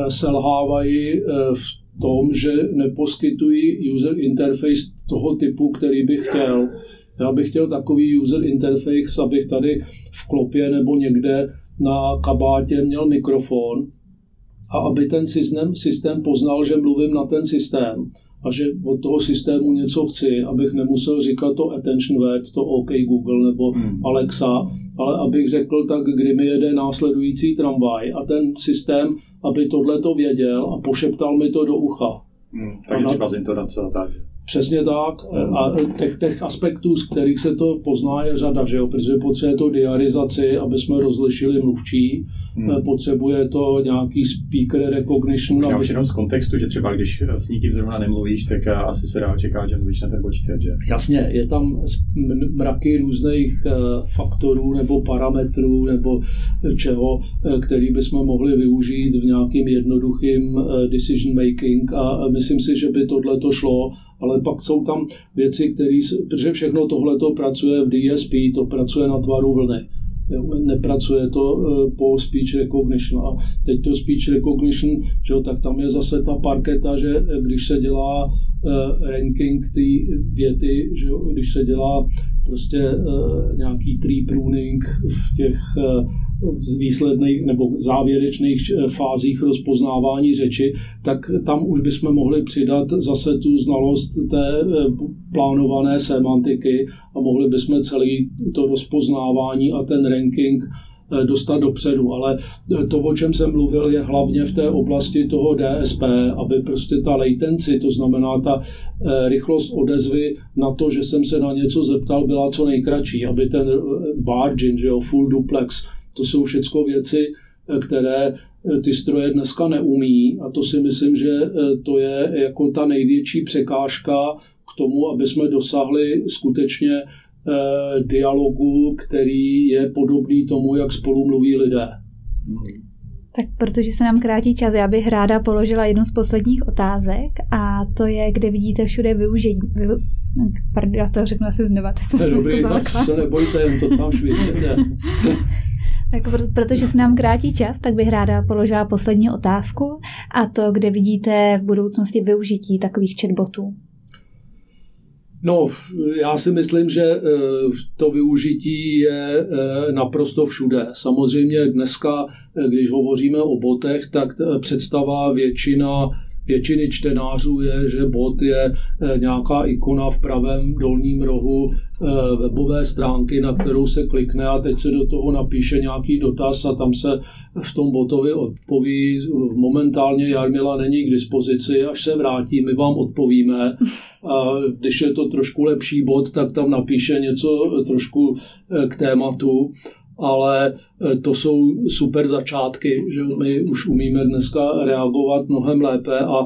selhávají v tom, že neposkytují user interface toho typu, který bych chtěl. Já bych chtěl takový user interface, abych tady v klopě nebo někde na kabátě měl mikrofon a aby ten systém poznal, že mluvím na ten systém a že od toho systému něco chci, abych nemusel říkat to attention word, to OK Google nebo Alexa, ale abych řekl tak, kdy mi jede následující tramvaj a ten systém, aby tohleto věděl a pošeptal mi to do ucha. Takže třeba z intonace a tak. Přesně tak. A těch aspektů, z kterých se to pozná, je řada, že jo? Protože potřebuje to diarizaci, aby jsme rozlišili mluvčí. Potřebuje to nějaký speaker recognition. Já už jenom z kontextu, že třeba když s nikým zrovna nemluvíš, tak asi se dá očekávat, že mluvíš na ten počítač. Jasně, je tam mraky různých faktorů nebo parametrů nebo čeho, který bychom mohli využít v nějakým jednoduchým decision making a myslím si, že by tohleto šlo. Ale pak jsou tam věci, protože všechno tohleto pracuje v DSP, to pracuje na tvaru vlny. Nepracuje to po speech recognition. A teď to speech recognition, že jo, tak tam je zase ta parketa, že když se dělá ranking té věty, že jo, když se dělá prostě nějaký tree pruning v těch výsledných nebo závěrečných fázích rozpoznávání řeči, tak tam už bychom mohli přidat zase tu znalost té plánované semantiky a mohli bychom celý to rozpoznávání a ten ranking dostat dopředu. Ale to, o čem jsem mluvil, je hlavně v té oblasti toho DSP, aby prostě ta latency, to znamená ta rychlost odezvy na to, že jsem se na něco zeptal, byla co nejkratší, aby ten barging, že jo, full duplex, to jsou všechno věci, které ty stroje dneska neumí a to si myslím, že to je jako ta největší překážka k tomu, aby jsme dosáhli skutečně dialogu, který je podobný tomu, jak spolu mluví lidé. Tak protože se nám krátí čas, já bych ráda položila jednu z posledních otázek a to je, kde vidíte všude využití. Pardon, já to řeknu asi znova. Dobrý, tak se nebojte, jen to tam švihněte. Tak protože se nám krátí čas, tak bych ráda položila poslední otázku a to, kde vidíte v budoucnosti využití takových chatbotů. No, já si myslím, že to využití je naprosto všude. Samozřejmě dneska, když hovoříme o botech, tak představa většiny čtenářů je, že bot je nějaká ikona v pravém dolním rohu webové stránky, na kterou se klikne a teď se do toho napíše nějaký dotaz a tam se v tom botovi odpoví. Momentálně Jarmila není k dispozici, až se vrátí, my vám odpovíme. A když je to trošku lepší bot, tak tam napíše něco trošku k tématu. Ale to jsou super začátky, že my už umíme dneska reagovat mnohem lépe a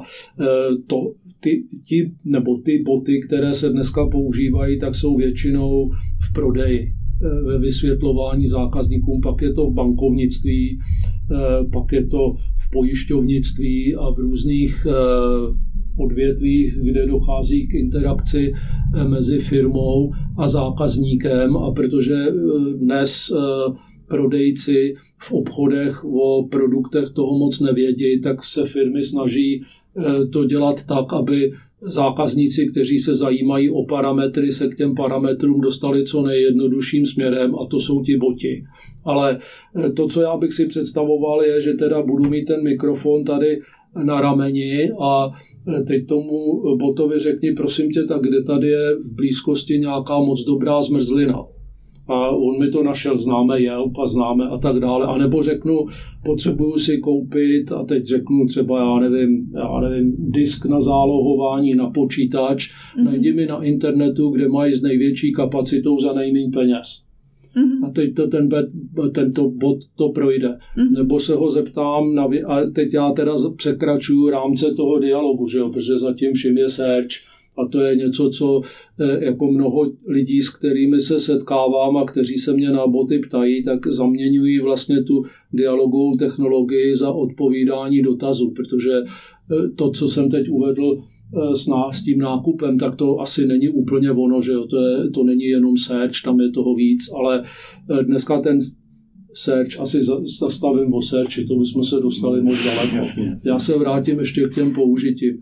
ty boty, které se dneska používají, tak jsou většinou v prodeji, ve vysvětlování zákazníkům, pak je to v bankovnictví, pak je to v pojišťovnictví a v různých odvětvích, kde dochází k interakci mezi firmou a zákazníkem a protože dnes prodejci v obchodech o produktech toho moc nevědí, tak se firmy snaží to dělat tak, aby zákazníci, kteří se zajímají o parametry, se k těm parametrům dostali co nejjednodušším směrem a to jsou ti boti. Ale to, co já bych si představoval, je, že teda budu mít ten mikrofon tady na rameni a teď tomu botovi řekni, prosím tě, tak kde tady je v blízkosti nějaká moc dobrá zmrzlina. A on mi to našel, známe Yelp a známe a tak dále. A nebo řeknu, potřebuju si koupit a teď řeknu třeba, já nevím, disk na zálohování na počítač, najdi mi na internetu, kde mají s největší kapacitou za nejméně peněz. A teď tento bot to projde. Nebo se ho zeptám, a teď já teda překračuju rámce toho dialogu, že jo? Protože zatím všim je search A to je něco, co jako mnoho lidí, s kterými se setkávám a kteří se mě na boty ptají, tak zaměňují vlastně tu dialogovou technologii za odpovídání dotazů, protože to, co jsem teď uvedl s tím nákupem, tak to asi není úplně ono, že jo? To není jenom search, tam je toho víc, ale dneska ten search, asi zastavím o searchi, to bychom se dostali moc daleko. Já se vrátím ještě k těm použitím.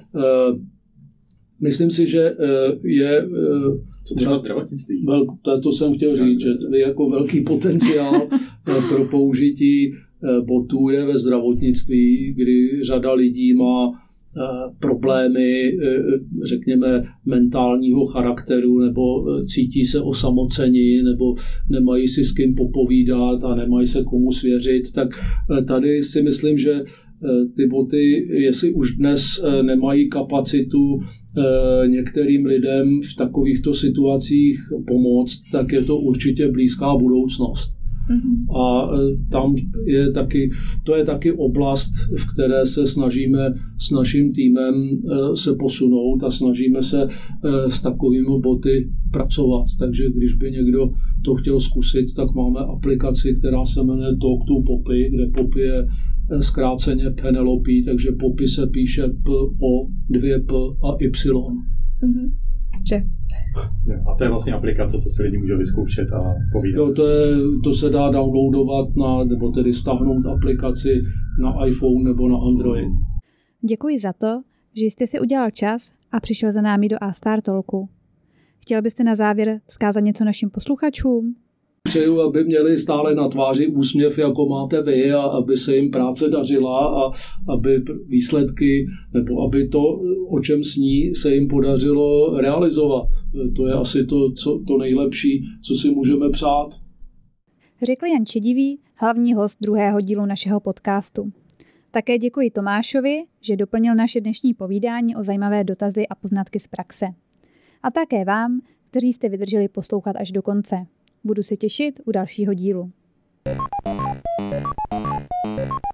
Myslím si, že je... Co třeba zdravotnictví? To jsem chtěl říct, že je jako velký potenciál pro použití botů je ve zdravotnictví, kdy řada lidí má problémy, řekněme, mentálního charakteru, nebo cítí se osamoceni, nebo nemají si s kým popovídat a nemají se komu svěřit, tak tady si myslím, že ty boty, jestli už dnes nemají kapacitu některým lidem v takovýchto situacích pomoct, tak je to určitě blízká budoucnost. A tam to je taky oblast, v které se snažíme s naším týmem se posunout a snažíme se s takovými boty pracovat. Takže když by někdo to chtěl zkusit, tak máme aplikaci, která se jmenuje Talk to Poppy, kde Poppy je zkráceně Penelope, takže Poppy se píše P-O, 2P a Y. A to je vlastně aplikace, co si lidi můžou vyzkoušet a povídat. Jo, to se dá downloadovat nebo tedy stáhnout aplikaci na iPhone nebo na Android. Děkuji za to, že jste si udělal čas a přišel za námi do A-Star Talku. Chtěl byste na závěr vzkázat něco našim posluchačům? Přeju, aby měli stále na tváři úsměv, jako máte vy, a aby se jim práce dařila a aby výsledky, nebo aby to, o čem sní, se jim podařilo realizovat. To je asi to nejlepší, co si můžeme přát. Řekl Jan Čedivý, hlavní host druhého dílu našeho podcastu. Také děkuji Tomášovi, že doplnil naše dnešní povídání o zajímavé dotazy a poznatky z praxe. A také vám, kteří jste vydrželi poslouchat až do konce. Budu se těšit u dalšího dílu.